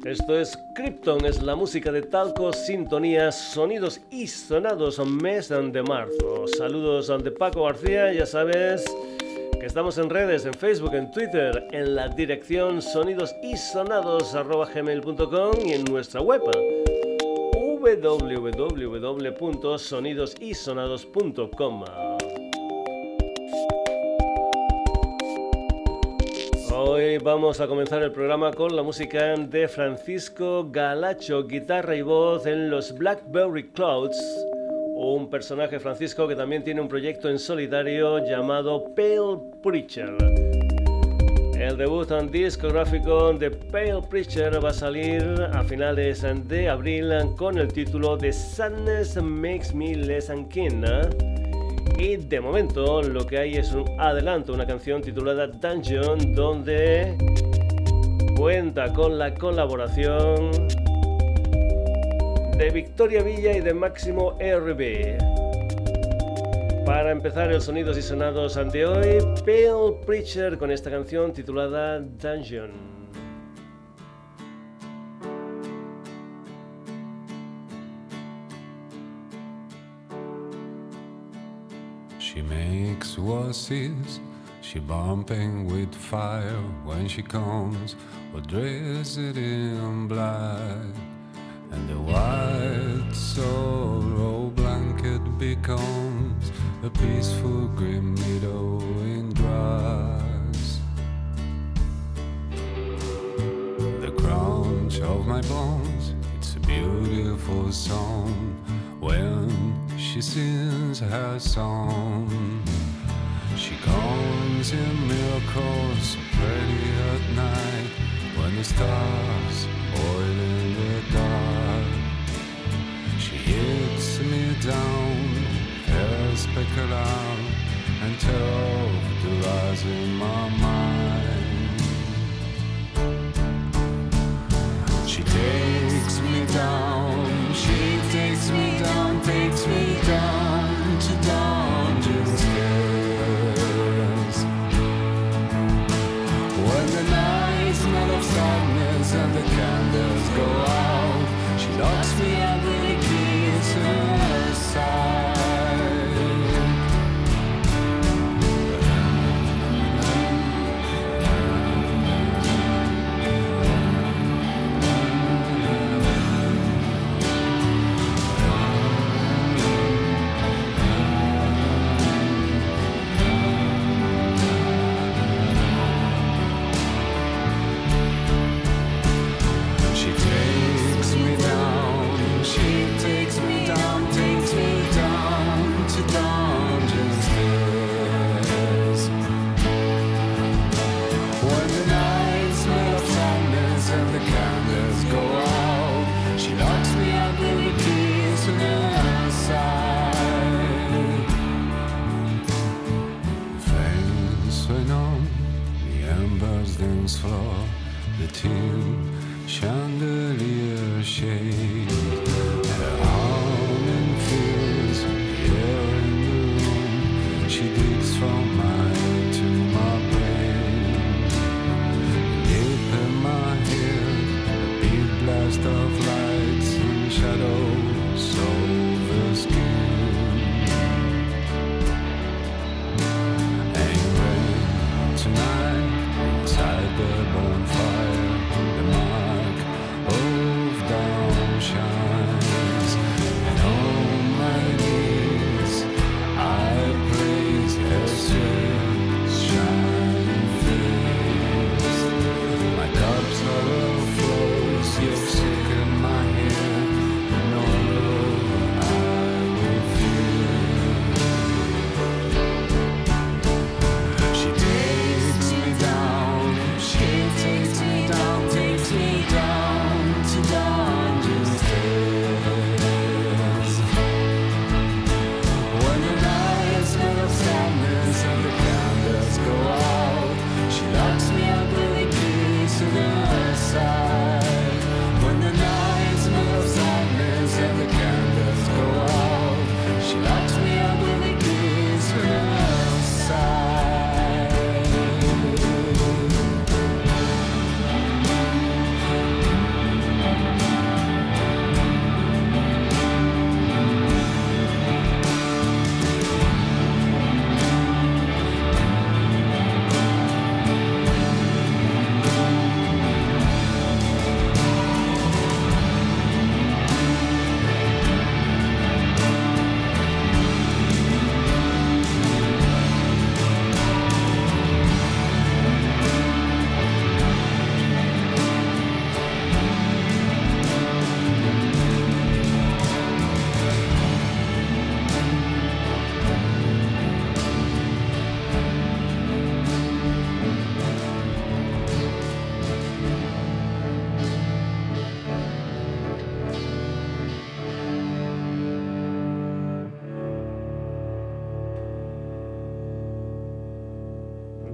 Esto es Krypton, es la música de Talco, Sintonía, Sonidos y Sonados, mes de marzo. Saludos de Paco García, ya sabes que estamos en redes, en Facebook, en Twitter, en la dirección sonidosysonados@gmail.com y en nuestra web www.sonidosysonados.com. Hoy vamos a comenzar el programa con la música de Francisco Galacho, guitarra y voz en los Blackberry Clouds, un personaje, Francisco, que también tiene un proyecto en solitario llamado Pale Preacher. El debut discográfico de Pale Preacher va a salir a finales de abril con el título The Sadness Makes Me Less Keen. Y de momento lo que hay es un adelanto, una canción titulada Dungeon, donde cuenta con la colaboración de Victoria Villa y de Máximo RB. Para empezar el Sonidos y Sonados de hoy, Pale Preacher con esta canción titulada Dungeon. She makes voices, she bumping with fire when she comes, or dressed in black, and the white sorrow blanket becomes a peaceful grim meadow in grass. The crunch of my bones, it's a beautiful song when she sings her song. She comes in miracles, pretty at night, when the stars boil in the dark. She hits me down, perpendicular, and tells the lies in my mind. She takes me down, she takes me down, takes me down to dungeon stairs. When the night's not of sadness and the candles go out, she locks me up with the keys in her side.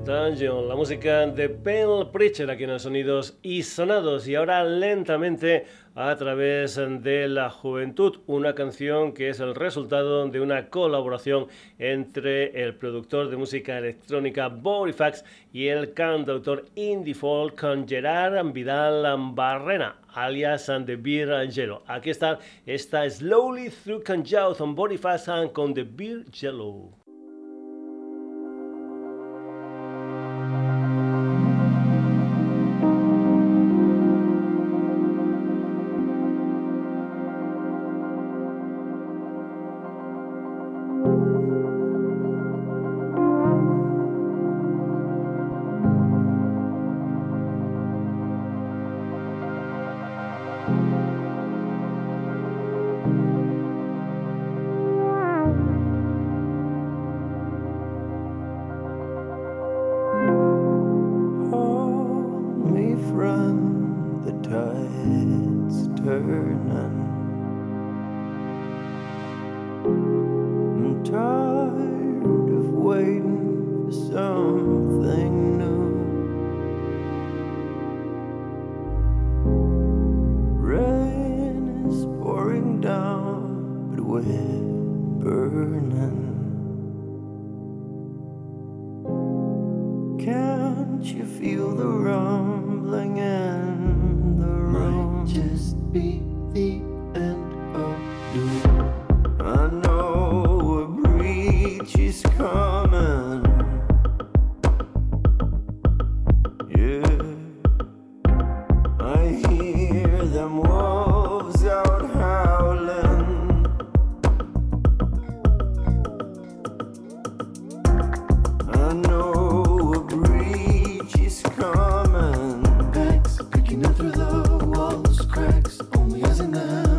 Dungeon, la música de Pale Preacher aquí en los Sonidos y Sonados. Y ahora lentamente a través de la juventud, una canción que es el resultado de una colaboración entre el productor de música electrónica Borifax y el cantautor indie folk Gerard Vidal Barrena, alias The Beer Yellow. Aquí está esta Slowly Through Canjouth on Borifax con The Beer Yellow. Through the walls, cracks, only us and them.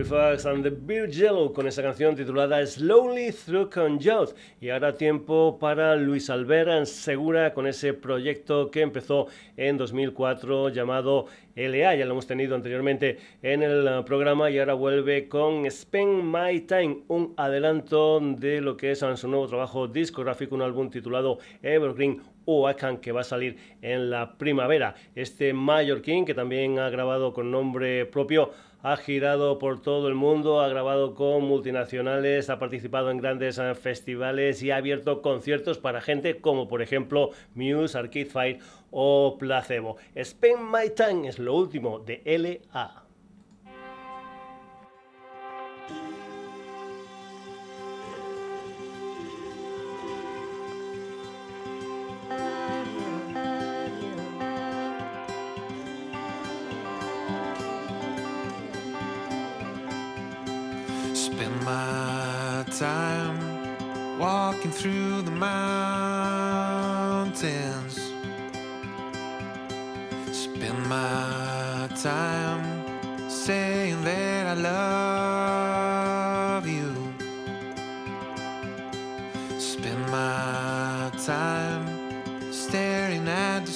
Fairfax and the Beer Yellow con esa canción titulada Slowly Through Youth. Y ahora tiempo para Luis Albert Segura con ese proyecto que empezó en 2004 llamado LA. Ya lo hemos tenido anteriormente en el programa y ahora vuelve con Spend My Time, un adelanto de lo que es su nuevo trabajo discográfico, un álbum titulado Evergreen Oakan que va a salir en la primavera. Este mallorquín, que también ha grabado con nombre propio, ha girado por todo el mundo, ha grabado con multinacionales, ha participado en grandes festivales y ha abierto conciertos para gente como por ejemplo Muse, Arcade Fire o Placebo. Spend My Time es lo último de LA. Spend my time walking through the mountains. Spend my time saying that I love you. Spend my time staring at the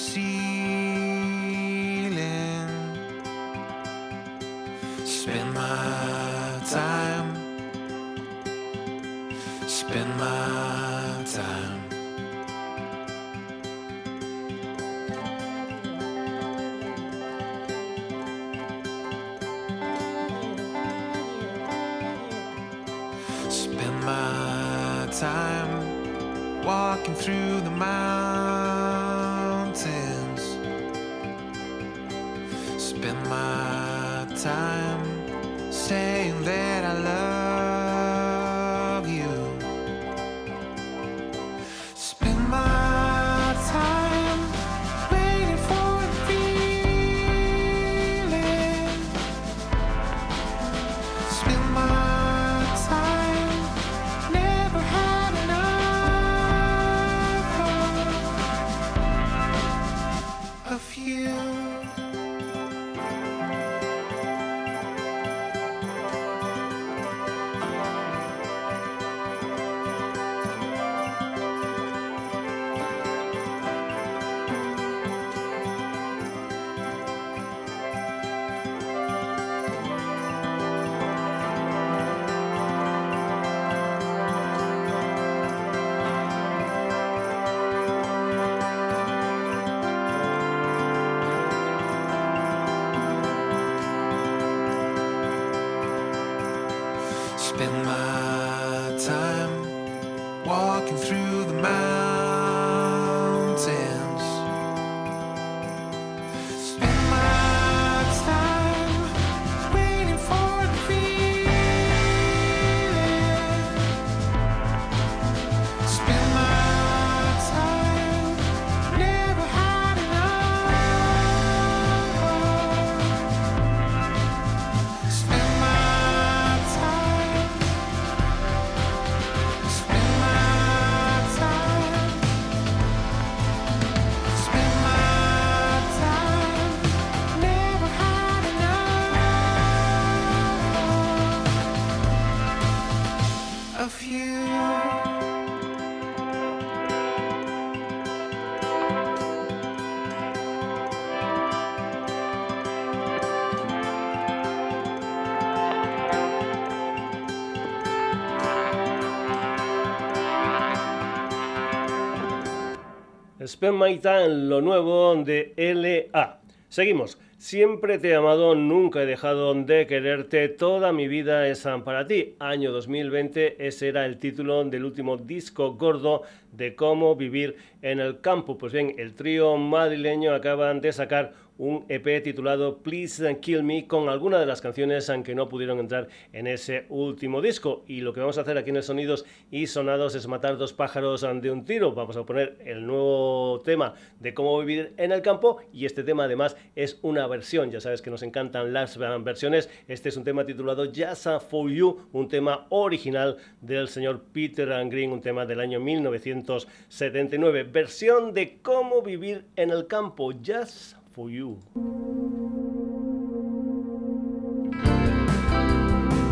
ceiling. Spend my time. Spend my time. Spend my time walking through the mountains. Spend my time saying that I love you. Spend my time waiting for the feeling. Spend my time never had enough of you. Spend my time walking through the mountains. Spend my time waiting for the feeling. Spend my time never had enough. Spend my time. Spend my time. Spend my time. Never had enough of you. Spend My Time, lo nuevo de LA. Seguimos. Siempre te he amado, nunca he dejado de quererte, toda mi vida es para ti. Año 2020, ese era el título del último disco gordo de Cómo vivir en el campo. Pues bien, el trío madrileño acaban de sacar un EP titulado Please Kill Me con algunas de las canciones que no pudieron entrar en ese último disco. Y lo que vamos a hacer aquí en el Sonidos y Sonados es matar dos pájaros de un tiro. Vamos a poner el nuevo tema de Cómo vivir en el campo y este tema además es una versión. Ya sabes que nos encantan las versiones. Este es un tema titulado Just For You, un tema original del señor Peter Green, un tema del año 1979. Versión de Cómo vivir en el campo, Just For You.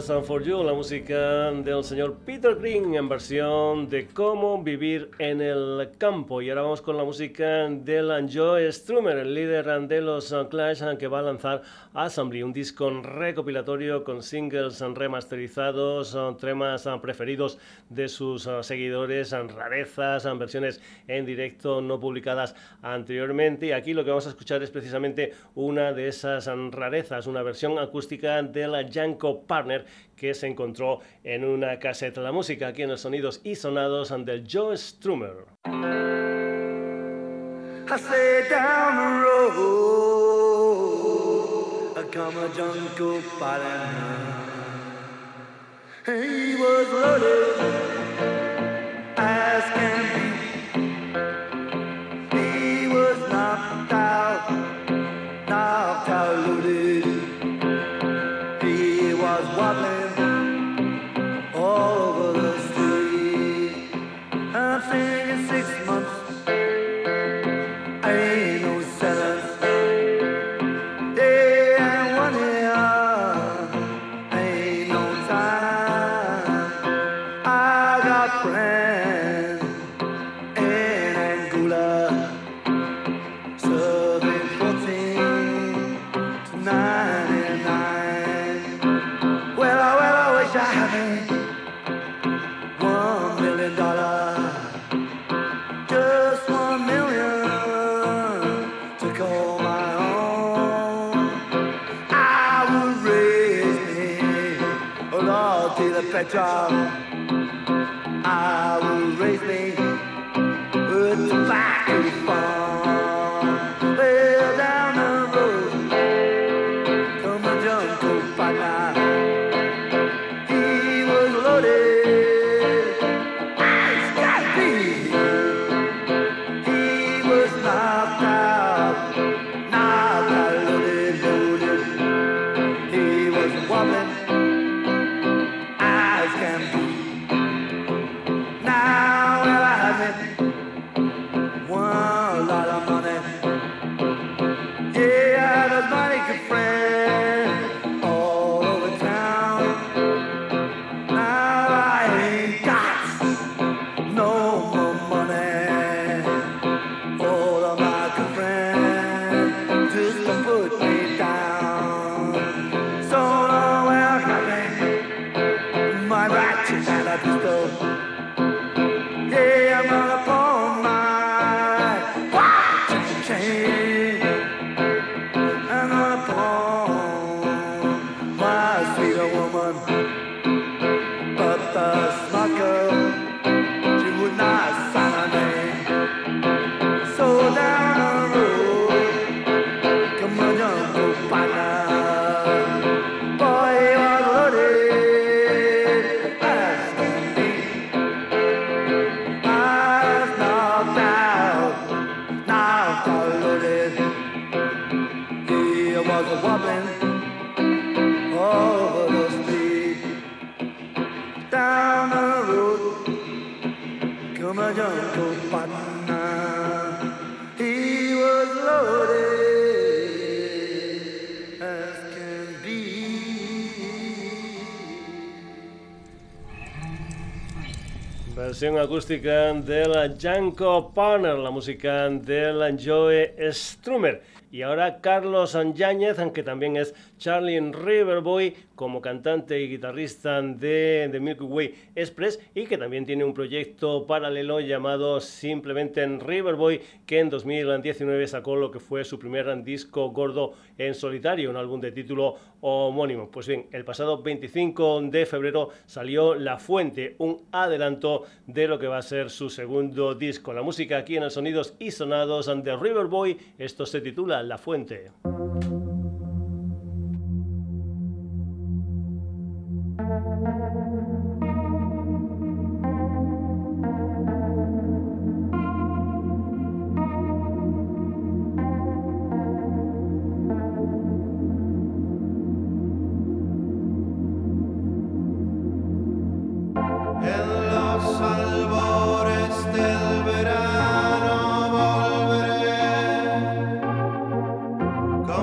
Was For You, la música del señor Peter Green en versión de Cómo Vivir en el Campo. Y ahora vamos con la música del Joe Strummer, el líder de los Clash, que va a lanzar Assembly, un disco recopilatorio con singles remasterizados, temas preferidos de sus seguidores, rarezas, versiones en directo no publicadas anteriormente. Y aquí lo que vamos a escuchar es precisamente una de esas rarezas, una versión acústica de la Janko Partner que se encontró en una caseta. La música aquí en los Sonidos y Sonados del Joe Strummer. I say down the road, I come a Janko Partner. He was loaded as can be. He was knocked out loaded. He was wobbling all over the street. I'm singing 6 months, ain't no selling. Day and 1 year, ain't no time. I got friends in Angola, serving 14 to 99. Well, I wish I had $1 million. Just 1 million to call my own. I would raise me a Lord to the petrol. I would raise me a tobacco farm. Well, down the road, come a Janko Partner. He was loaded, ice got beat. He was knocked out, loaded. He was wobbling, eyes can be. Now well, I have it, one lot of money. Yeah, I had a mighty good friend all over town. Now I ain't got no more money. All of my good friends just to put me down. So long, well, cracking my ratchet and a pistol. Yeah, I'm gonna pawn my watch and chain. I'm gonna pawn my sweeter woman. But the smart girl, she would not sign her name. So down the road, come on, Janko Partner. Boy, he was loaded as can be. I was knocked out loaded. He was wobbling over the street. Down the road, come a Janko Partner. He was loaded as can be. Versión acústica de la Janko Partner, la música del Joe Strummer. Y ahora Carlos Yáñez, que también es Charlie Riverboy, como cantante y guitarrista de Milky Way Express, y que también tiene un proyecto paralelo llamado simplemente Riverboy, que en 2019 sacó lo que fue su primer disco gordo en solitario, un álbum de título homónimo. Pues bien, el pasado 25 de febrero salió La Fuente, un adelanto de lo que va a ser su segundo disco. La música aquí en el Sonidos y Sonados de Riverboy, esto se titula La Fuente. En los albores del verano volveré.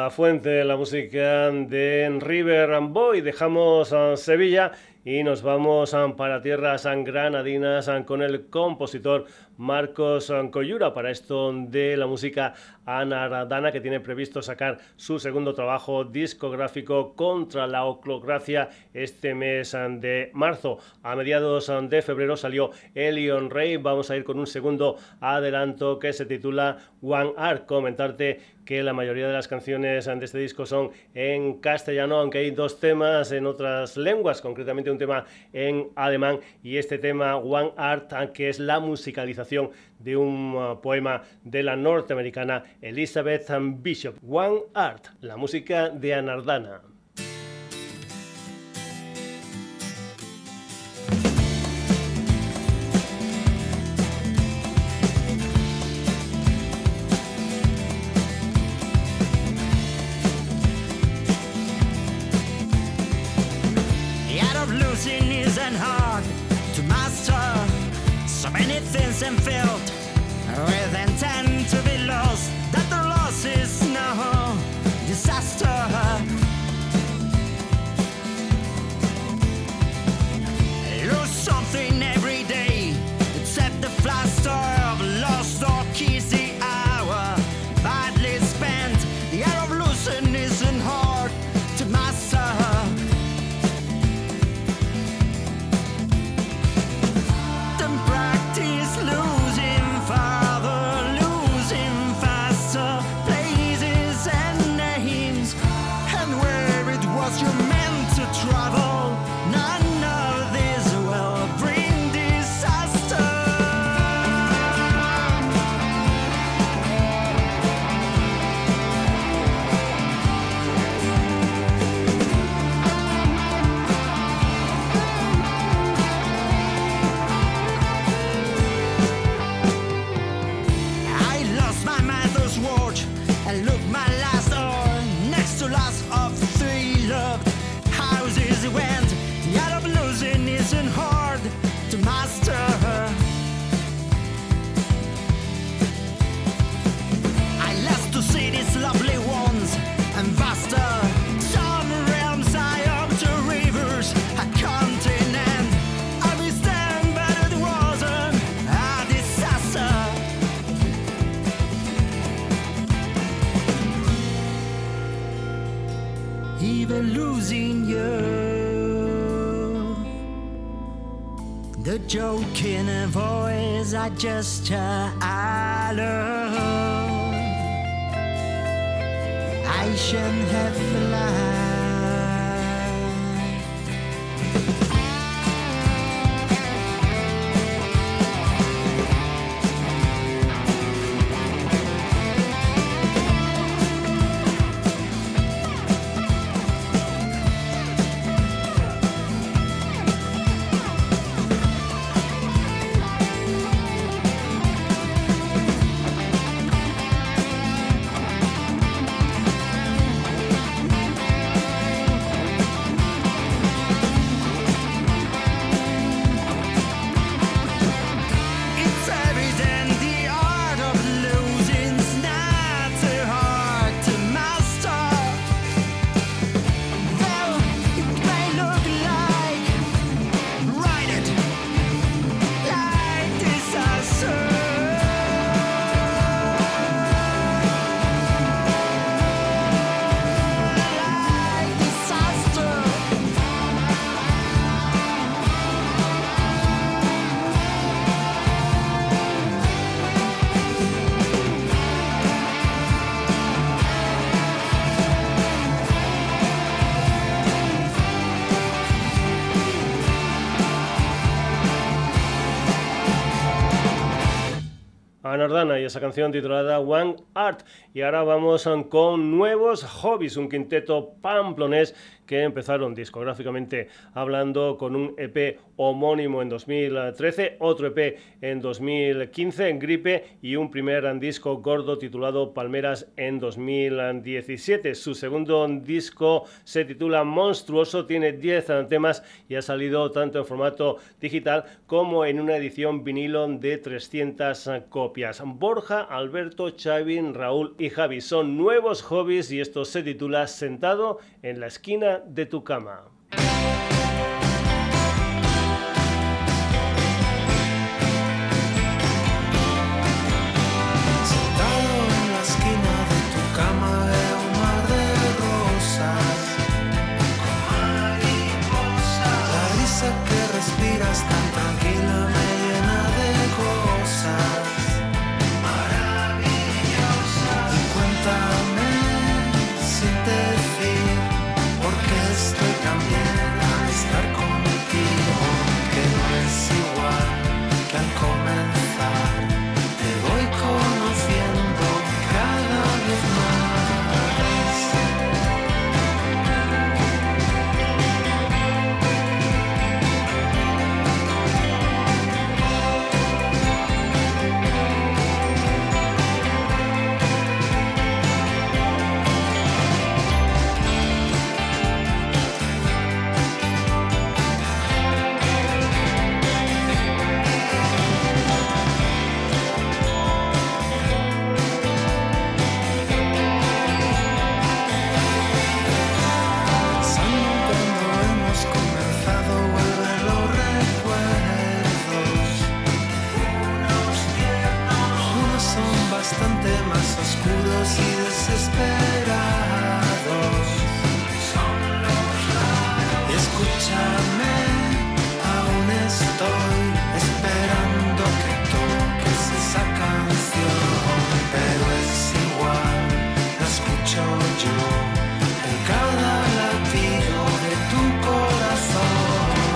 La Fuente, la música de River and Boy. Dejamos a Sevilla y nos vamos para tierras granadinas con el compositor Marcos Coyura, para esto de la música anardana, que tiene previsto sacar su segundo trabajo discográfico Contra la Oclocracia este mes de marzo. A mediados de febrero salió Elion Rey. Vamos a ir con un segundo adelanto que se titula One Art. Comentarte que la mayoría de las canciones de este disco son en castellano, aunque hay dos temas en otras lenguas, concretamente un tema en alemán y este tema One Art, que es la musicalización de un poema de la norteamericana Elizabeth Bishop. One Art, la música de anardana. And filled with intent to be lost, that the loss is no disaster. Lose something every day, except the fluster of lost or keys the hour badly spent. The art of losing isn't hard to master. Joke in a voice, a gesture I love. I shouldn't have fly. Anardana y esa canción titulada One Art. Y ahora vamos con Nuevos Hobbies, un quinteto pamplonés que empezaron discográficamente hablando con un EP homónimo en 2013, otro EP en 2015 en Gripe y un primer disco gordo titulado Palmeras en 2017. Su segundo disco se titula Monstruoso, tiene 10 temas y ha salido tanto en formato digital como en una edición vinilo de 300 copias. Borja, Alberto, Xavi, Raúl y Javi son nuevos hobbies y esto se titula Sentado en la esquina de tu cama. Respiras tan tranquila, me llena de cosas maravillosas. Y cuéntame sin decir por qué estoy tan bien al estar contigo, que no es igual que al comenzar. Te voy conociendo cada vez más. Bastante más oscuros y desesperados son los raros. Escúchame, aún estoy esperando que toques esa canción, pero es igual, la escucho yo en cada latido de tu corazón.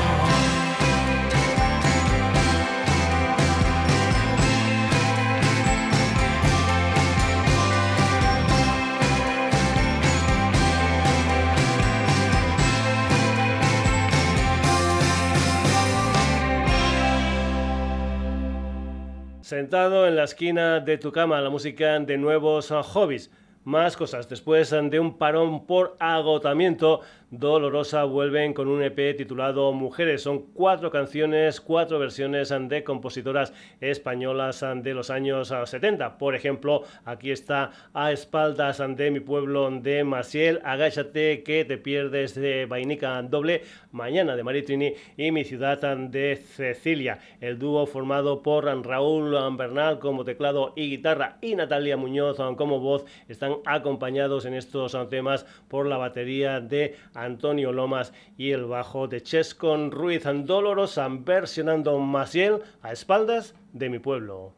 Sentado en la esquina de tu cama, la música de nuevos hobbies. Más cosas. Después de un parón por agotamiento, Dolorosa vuelven con un EP titulado Mujeres. Son 4 canciones, 4 versiones de compositoras españolas de los años 70. Por ejemplo, aquí está A espaldas de mi pueblo de Maciel, Agáchate que te pierdes de Vainica Doble, Mañana de Maritrini y Mi ciudad de Cecilia. El dúo formado por Raúl Bernal como teclado y guitarra y Natalia Muñoz como voz están acompañados en estos temas por la batería de Antonio Lomas y el bajo de Chescon Ruiz. Dolorosa versionando Maciel, A espaldas de mi pueblo.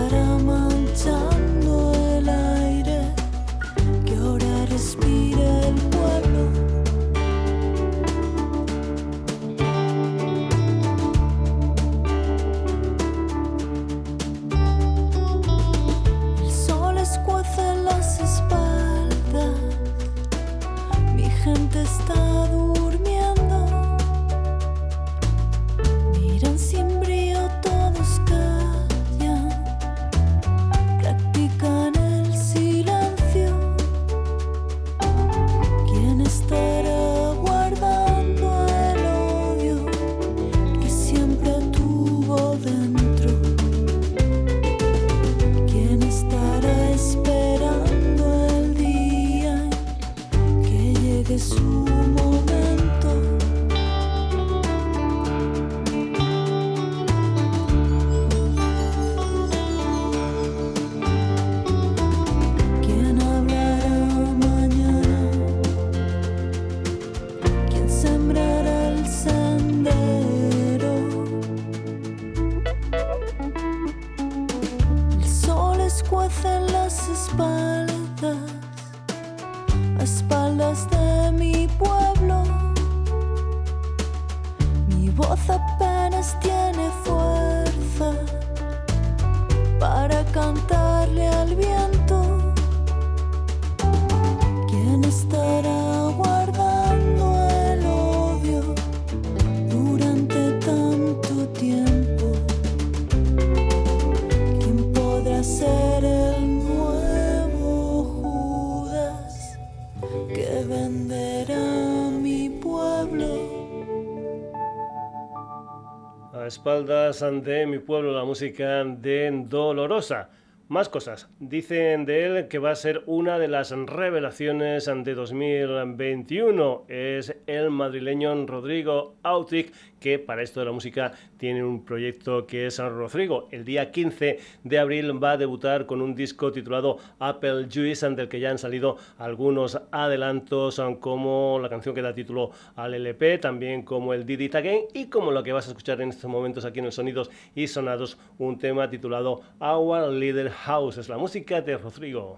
Respira a espaldas de mi pueblo. Mi voz apenas tiene fuerza para cantarle al viento. ¿Quién estará guardando el odio durante tanto tiempo? ¿Quién podrá ser el nuevo Judas que venderá mi pueblo? A espaldas de mi pueblo, la música de Dolorosa. Más cosas. Dicen de él que va a ser una de las revelaciones de 2021. Es el madrileño Rodrigo Autic, que para esto de la música tiene un proyecto que es Rodrigo. El día 15 de abril va a debutar con un disco titulado Apple Juice, del que ya han salido algunos adelantos, como la canción que da título al LP, también como el Did It Again y como lo que vas a escuchar en estos momentos aquí en el Sonidos y Sonados, un tema titulado Our Little House. Es la música de Rodrigo.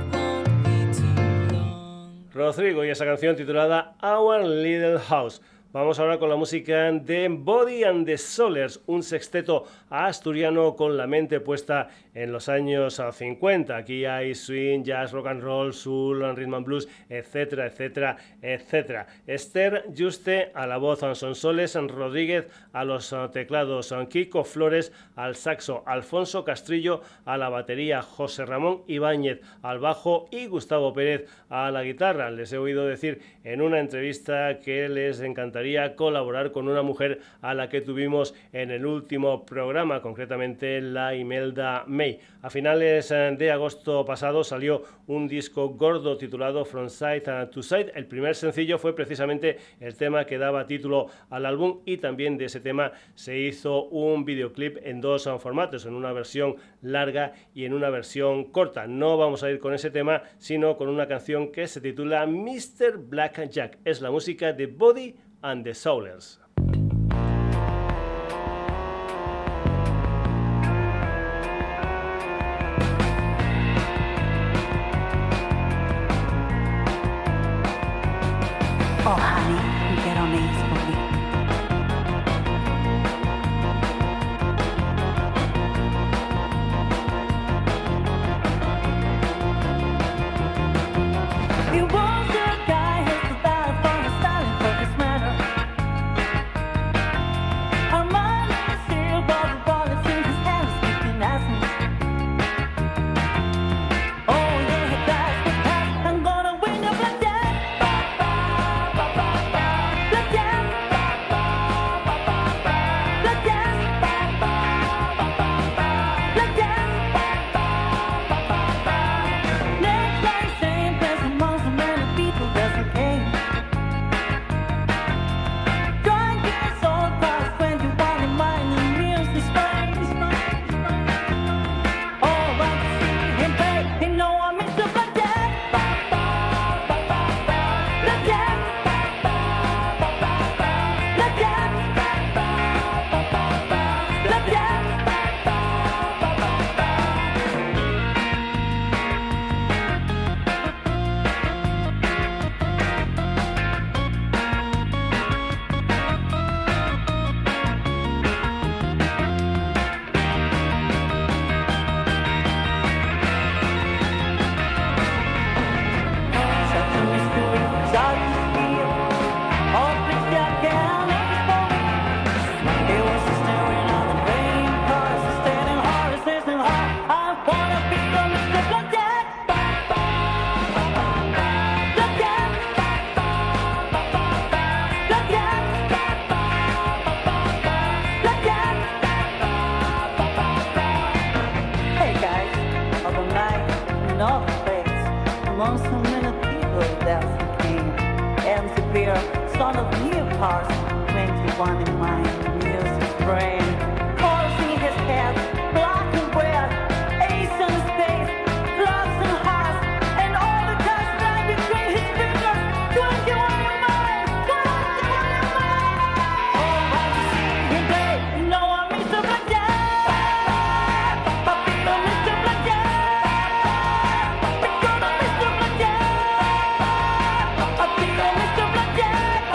Rodrigo y esa canción titulada Our Little House. Vamos ahora con la música de Body and the Soulers, un sexteto asturiano con la mente puesta en los años 50. Aquí hay swing, jazz, rock and roll, soul, rhythm and blues, etcétera, etcétera, etcétera. Esther Juste a la voz, Sonsoles Rodríguez a los teclados, Kiko Flores al saxo, Alfonso Castrillo a la batería, José Ramón Ibáñez al bajo y Gustavo Pérez a la guitarra. Les he oído decir en una entrevista que les encantaría colaborar con una mujer a la que tuvimos en el último programa, concretamente la Imelda May. A finales de agosto pasado salió un disco gordo titulado From Side to Side. El primer sencillo fue precisamente el tema que daba título al álbum y también de ese tema se hizo un videoclip en dos formatos, en una versión larga y en una versión corta. No vamos a ir con ese tema, sino con una canción que se titula Mr. Blackjack. Es la música de Body and the Soulers. Oh, honey, you get on these for me. You want the guy who's the battle for the styling for this matter. Our mind is sealed by the bullets in his hands, speaking as me. Oh, yeah, that's the path. I'm gonna win the blackjack. Son of new cars, 21 in my music's brain. Colors in his head, black and red, ace and spades, clubs and hearts, and all the dust lying between his fingers. 21 in mine, 21 in mine. Oh, how to see him play, you know I'm Mr. Blackjack. I feel I'm Mr. Blackjack. Because I'm Mr. Blackjack. I feel I'm Mr. Blackjack.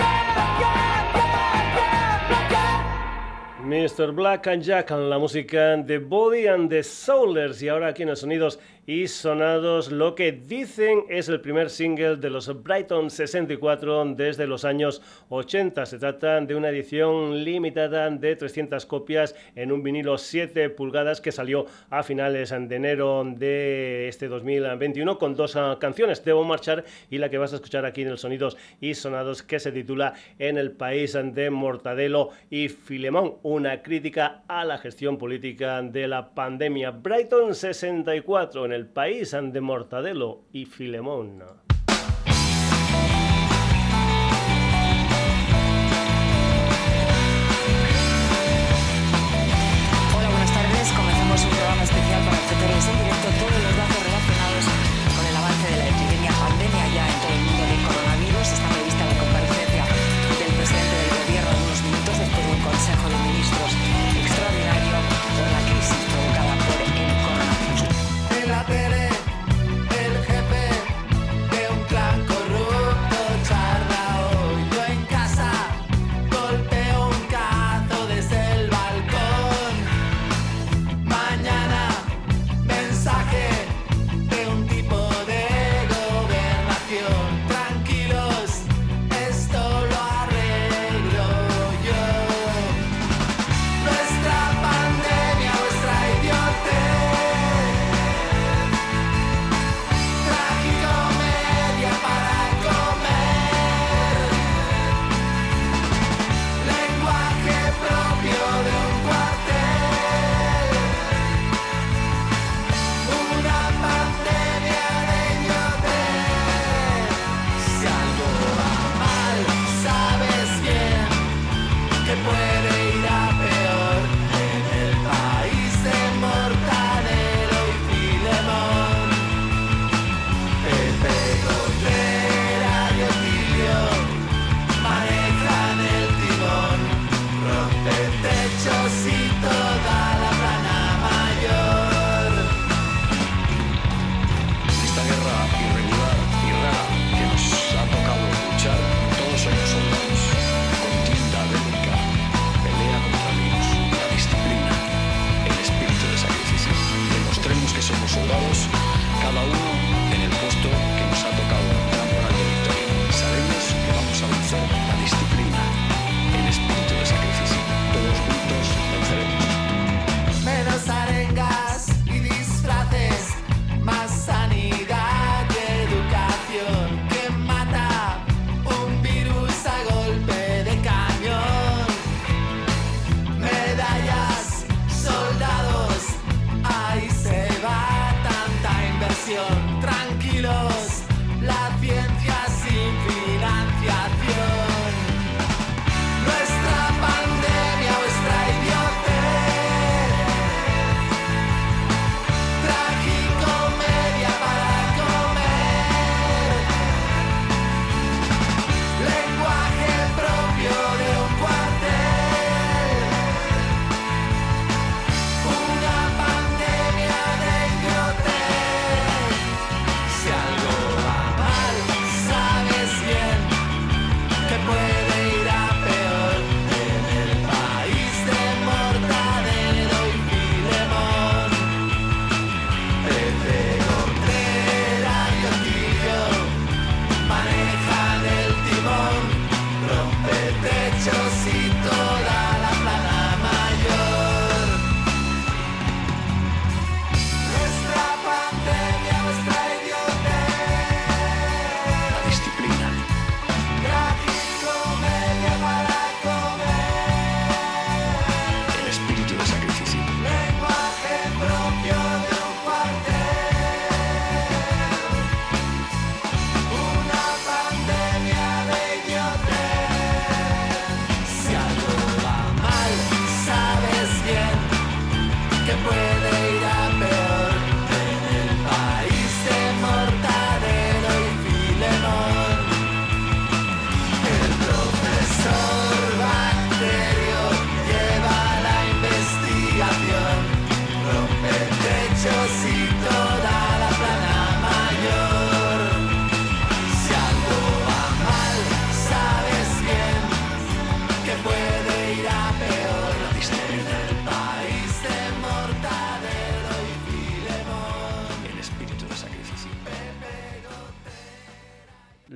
Mr. Black and Jack, la música de Body and the Soulers. Y ahora aquí en los sonidos y sonados, lo que dicen es el primer single de los Brighton 64 desde los años 80. Se trata de una edición limitada de 300 copias en un vinilo 7 pulgadas que salió a finales de enero de este 2021 con dos canciones, Debo Marchar y la que vas a escuchar aquí en el Sonidos y Sonados, que se titula En el país de Mortadelo y Filemón, una crítica a la gestión política de la pandemia. Brighton 64 en el país de Mortadelo y Filemón. Hola, buenas tardes. Comenzamos un programa especial para ofrecerles en directo todos los datos relacionados con el avance de la epidemia pandemia ya en todo el mundo del coronavirus. Está prevista la comparecencia del presidente del gobierno en unos minutos después de un consejo de ministros extraordinario por la crisis provocada por el coronavirus. En la tele, el jefe de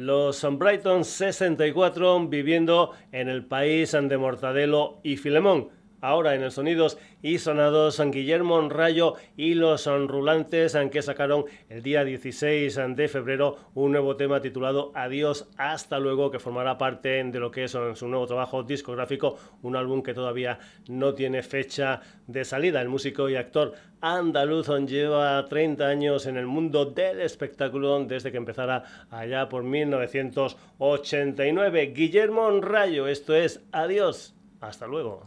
Los Brighton 64 viviendo en el país de Mortadelo y Filemón. Ahora en el Sonidos y Sonados, San Guillermo Rayo y Los Rulantes, que sacaron el día 16 de febrero un nuevo tema titulado Adiós, hasta luego, que formará parte de lo que es su nuevo trabajo discográfico, un álbum que todavía no tiene fecha de salida. El músico y actor andaluz lleva 30 años en el mundo del espectáculo desde que empezara allá por 1989. Guillermo Rayo, esto es Adiós, hasta luego.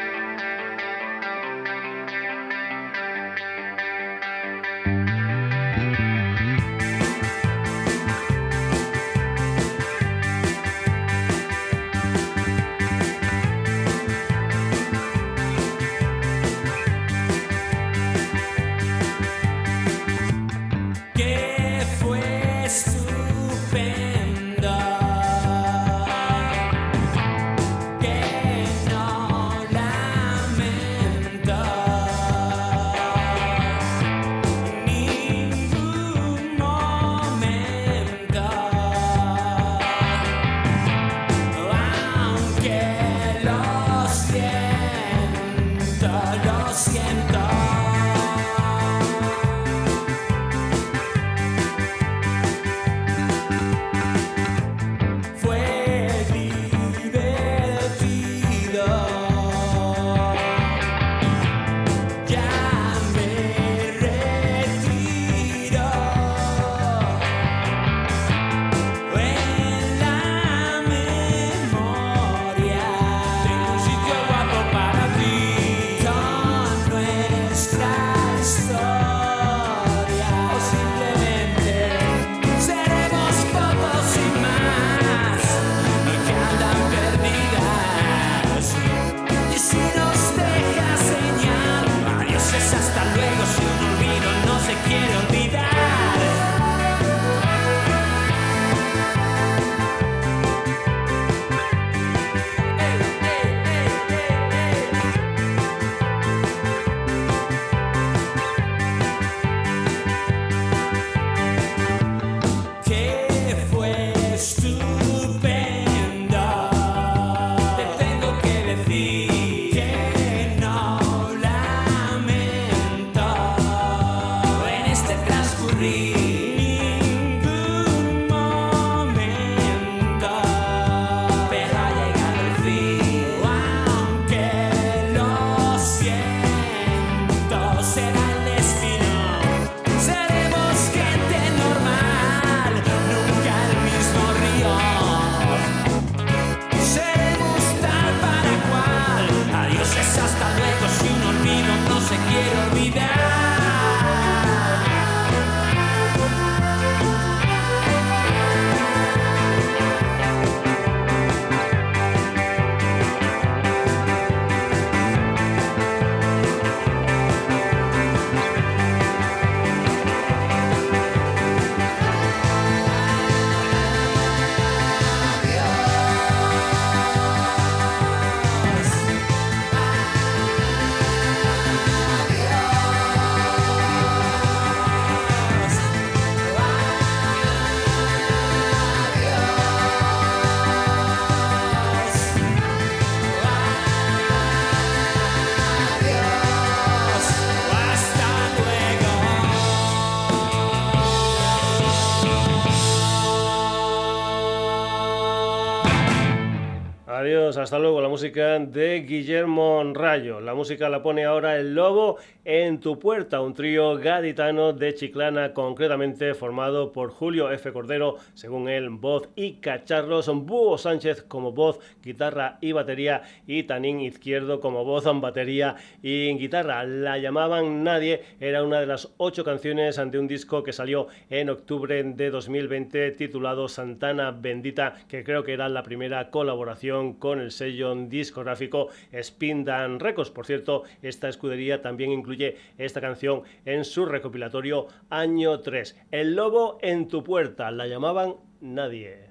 Adiós, hasta luego, la música de Guillermo Rayo. La música la pone ahora El Lobo en tu puerta, un trío gaditano de Chiclana, concretamente formado por Julio F. Cordero, según él, voz y cacharros, Búho Sánchez como voz, guitarra y batería, y Tanín Izquierdo como voz, batería y guitarra. La llamaban Nadie, era una de las 8 canciones ante un disco que salió en octubre de 2020 titulado Santana Bendita, que creo que era la primera colaboración con el sello discográfico Spindan Records. Por cierto, esta escudería también incluye esta canción en su recopilatorio Año 3. El Lobo en tu puerta, la llamaban Nadie.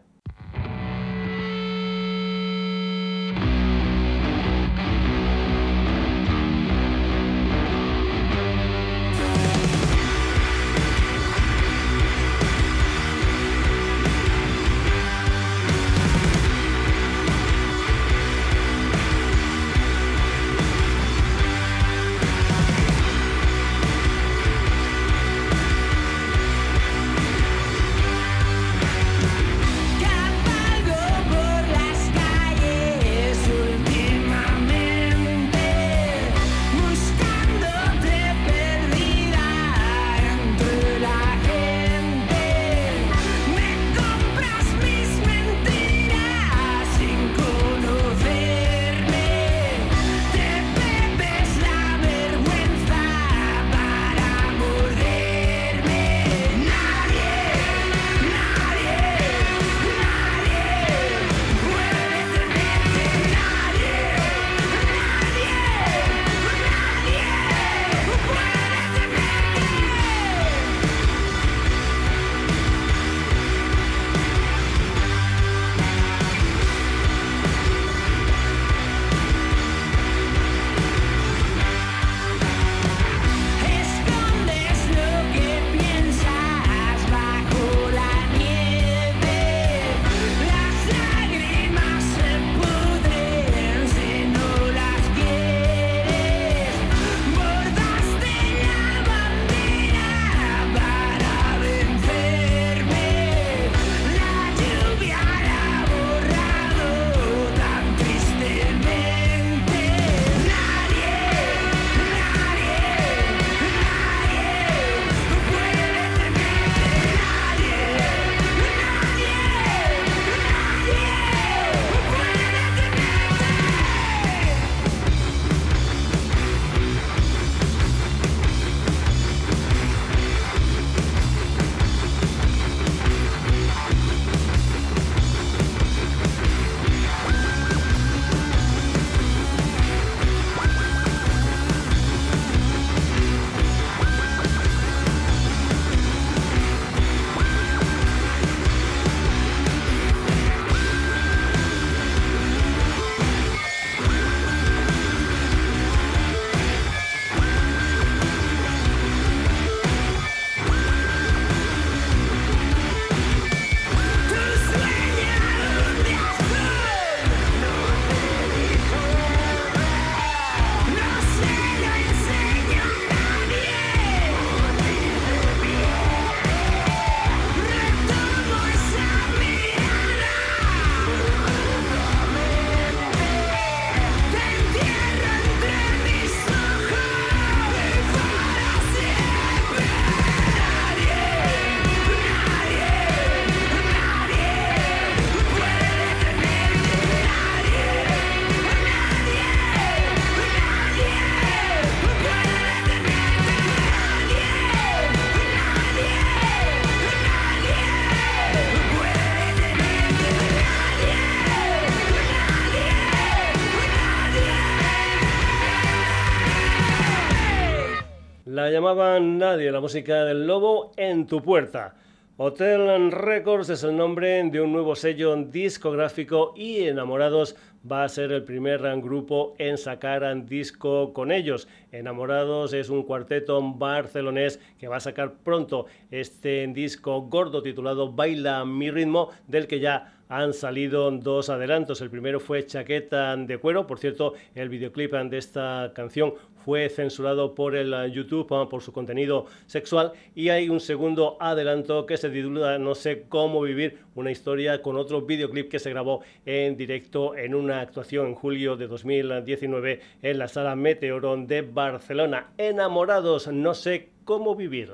La llamaban Nadie, la música del Lobo en tu puerta. Hotel Records es el nombre de un nuevo sello discográfico y Enamorados va a ser el primer grupo en sacar disco con ellos. Enamorados es un cuarteto barcelonés que va a sacar pronto este disco gordo titulado Baila mi ritmo, del que ya han salido dos adelantos. El primero fue Chaqueta de cuero. Por cierto, el videoclip de esta canción fue censurado por el YouTube por su contenido sexual, y hay un segundo adelanto que se titula No sé cómo vivir, una historia con otro videoclip que se grabó en directo en una actuación en julio de 2019 en la Sala Meteorón de Barcelona. Enamorados, no sé cómo vivir.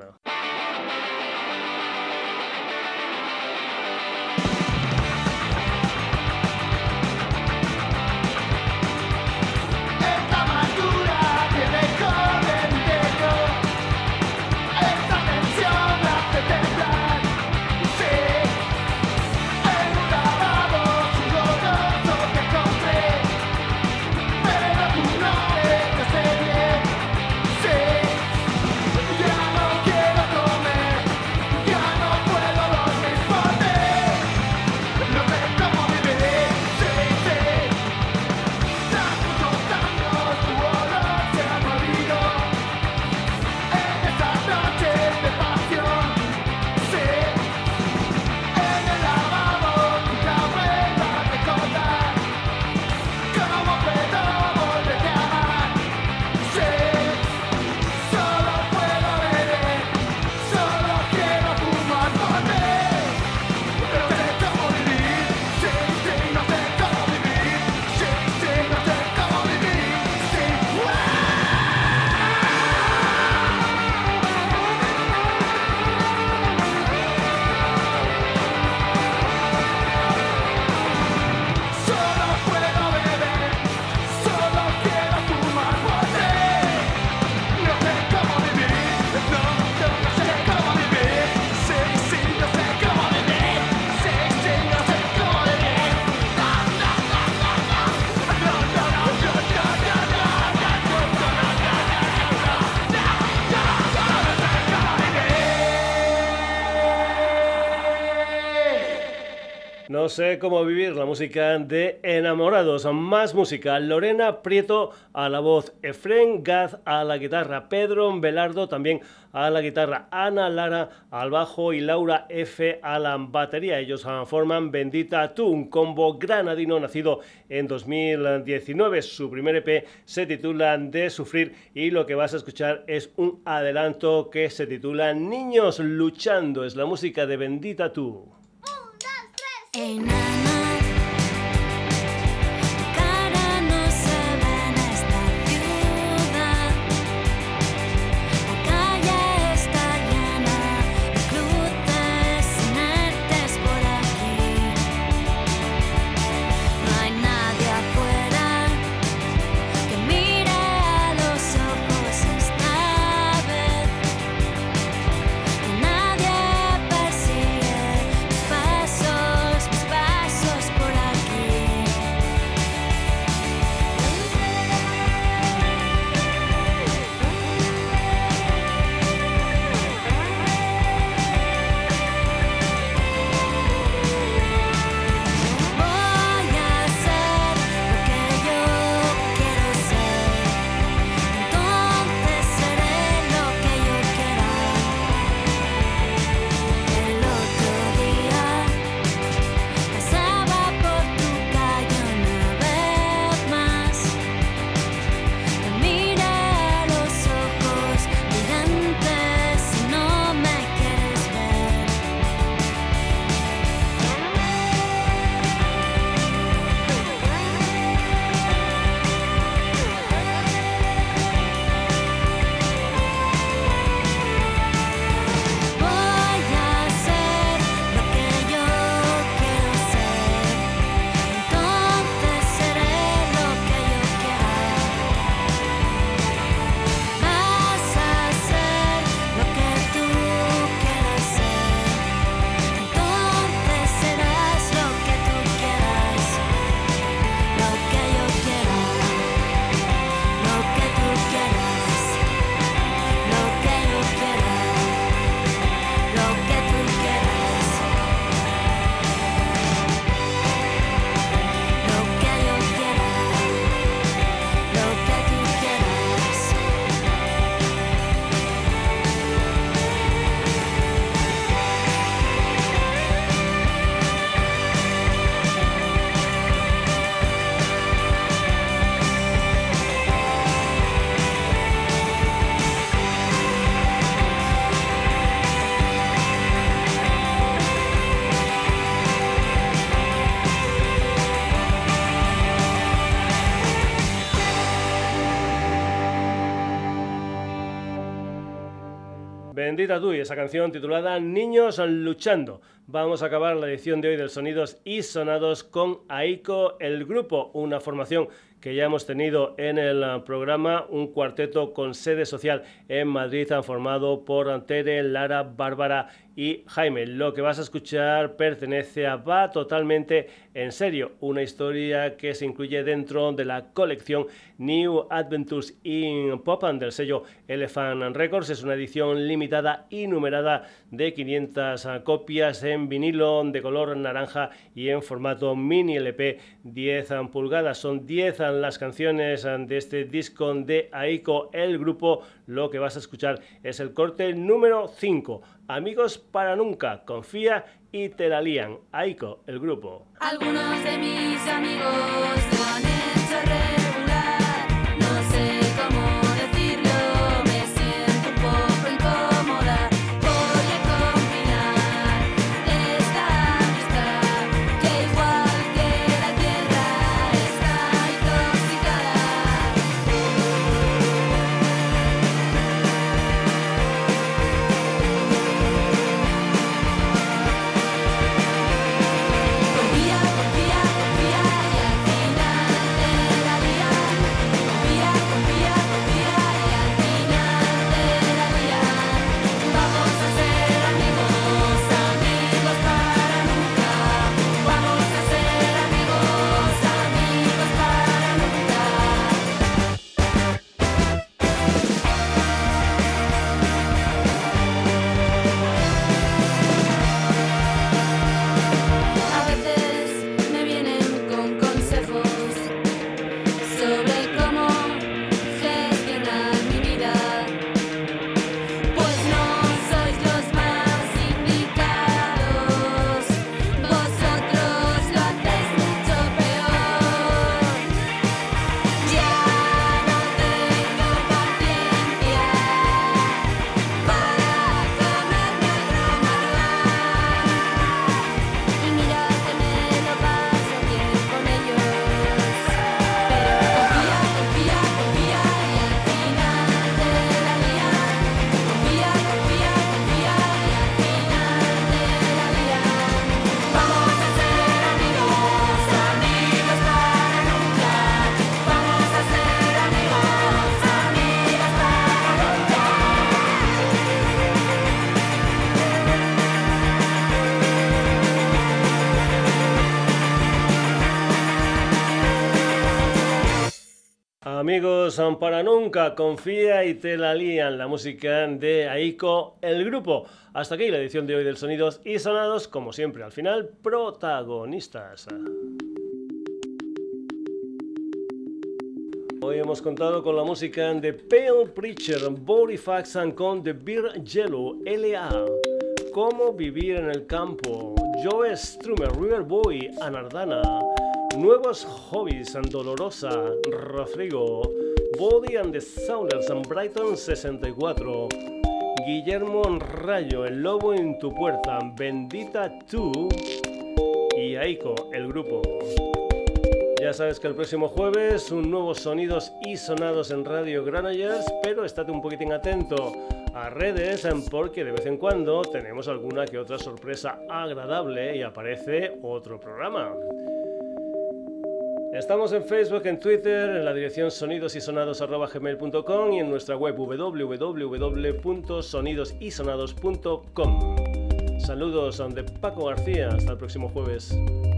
No sé cómo vivir, la música de Enamorados. Más música, Lorena Prieto a la voz, Efrén Gaz a la guitarra, Pedro Velardo también a la guitarra, Ana Lara al bajo y Laura F a la batería. Ellos forman Bendita Tú, un combo granadino nacido en 2019. Su primer EP se titula De Sufrir y lo que vas a escuchar es un adelanto que se titula Niños Luchando. Es la música de Bendita Tú. Enana, tu cara no se ve en esta ciudad. La calle está llena de cruces inertes por aquí. No hay nadie afuera que mire a los ojos esta vez. Y nadie persigue mis pasos Bendita tú, y esa canción titulada Niños Luchando. Vamos a acabar la edición de hoy del Sonidos y Sonados con Aiko, el grupo, una formación que ya hemos tenido en el programa, un cuarteto con sede social en Madrid, formado por Tere, Lara, Bárbara y Jaime. Lo que vas a escuchar pertenece a Va Totalmente en Serio, una historia que se incluye dentro de la colección New Adventures in Pop del sello Elephant Records. Es una edición limitada y numerada de 500 copias en vinilo de color naranja y en formato mini LP 10 pulgadas. Son 10 las canciones de este disco de Aiko, el grupo. Lo que vas a escuchar es el corte número 5. Amigos para nunca, confía y te la lían. Aiko, el grupo. Algunos de mis amigos lo han hecho regular, no sé cómo decirlo, me siento un poco incómoda. Voy a combinar esta amistad que igual que la tierra está intoxicada. Confía, confía, confía y al final te la lían. Confía, confía, confía y al final te la lían. Vamos a ser amigos, amigos para nunca. Vamos a ser amigos, amigos para nunca. A veces me vienen con consejos sobre cómo gestionar mi vida, pues no sois los más indicados, vosotros lo hacéis mucho peor. Ya no tengo paciencia para comerme otro manual. Y mira que me lo paso bien con ellos. Pero confía, confía, confía y al final te la lían. Confía, confía, confía y al final te la lían. Vamos a ser amigos, amigos para nunca. Vamos a ser amigos, amigos para nunca. Amigos para nunca, confía y te la lían. La música de Aiko, el grupo. Hasta aquí la edición de hoy del Sonidos y Sonados. Como siempre, al final, protagonistas. Hoy hemos contado con la música de Pale Preacher, Body Facts and con The Beer Yellow, L.A. Cómo vivir en el campo, Joe Strummer, River Boy, Anardana. Nuevos hobbies, Dolorosa, Rodrigo, Body and the Sounders, Brighton 64, Guillermo Rayo, El Lobo en tu puerta, Bendita tú y Aiko, el grupo. Ya sabes que el próximo jueves un nuevo Sonidos y Sonados en Radio Granollers, pero estate un poquitín atento a redes porque de vez en cuando tenemos alguna que otra sorpresa agradable y aparece otro programa. Estamos en Facebook, en Twitter, en la dirección sonidosysonados@gmail.com y en nuestra web www.sonidosysonados.com. Saludos de Paco García, hasta el próximo jueves.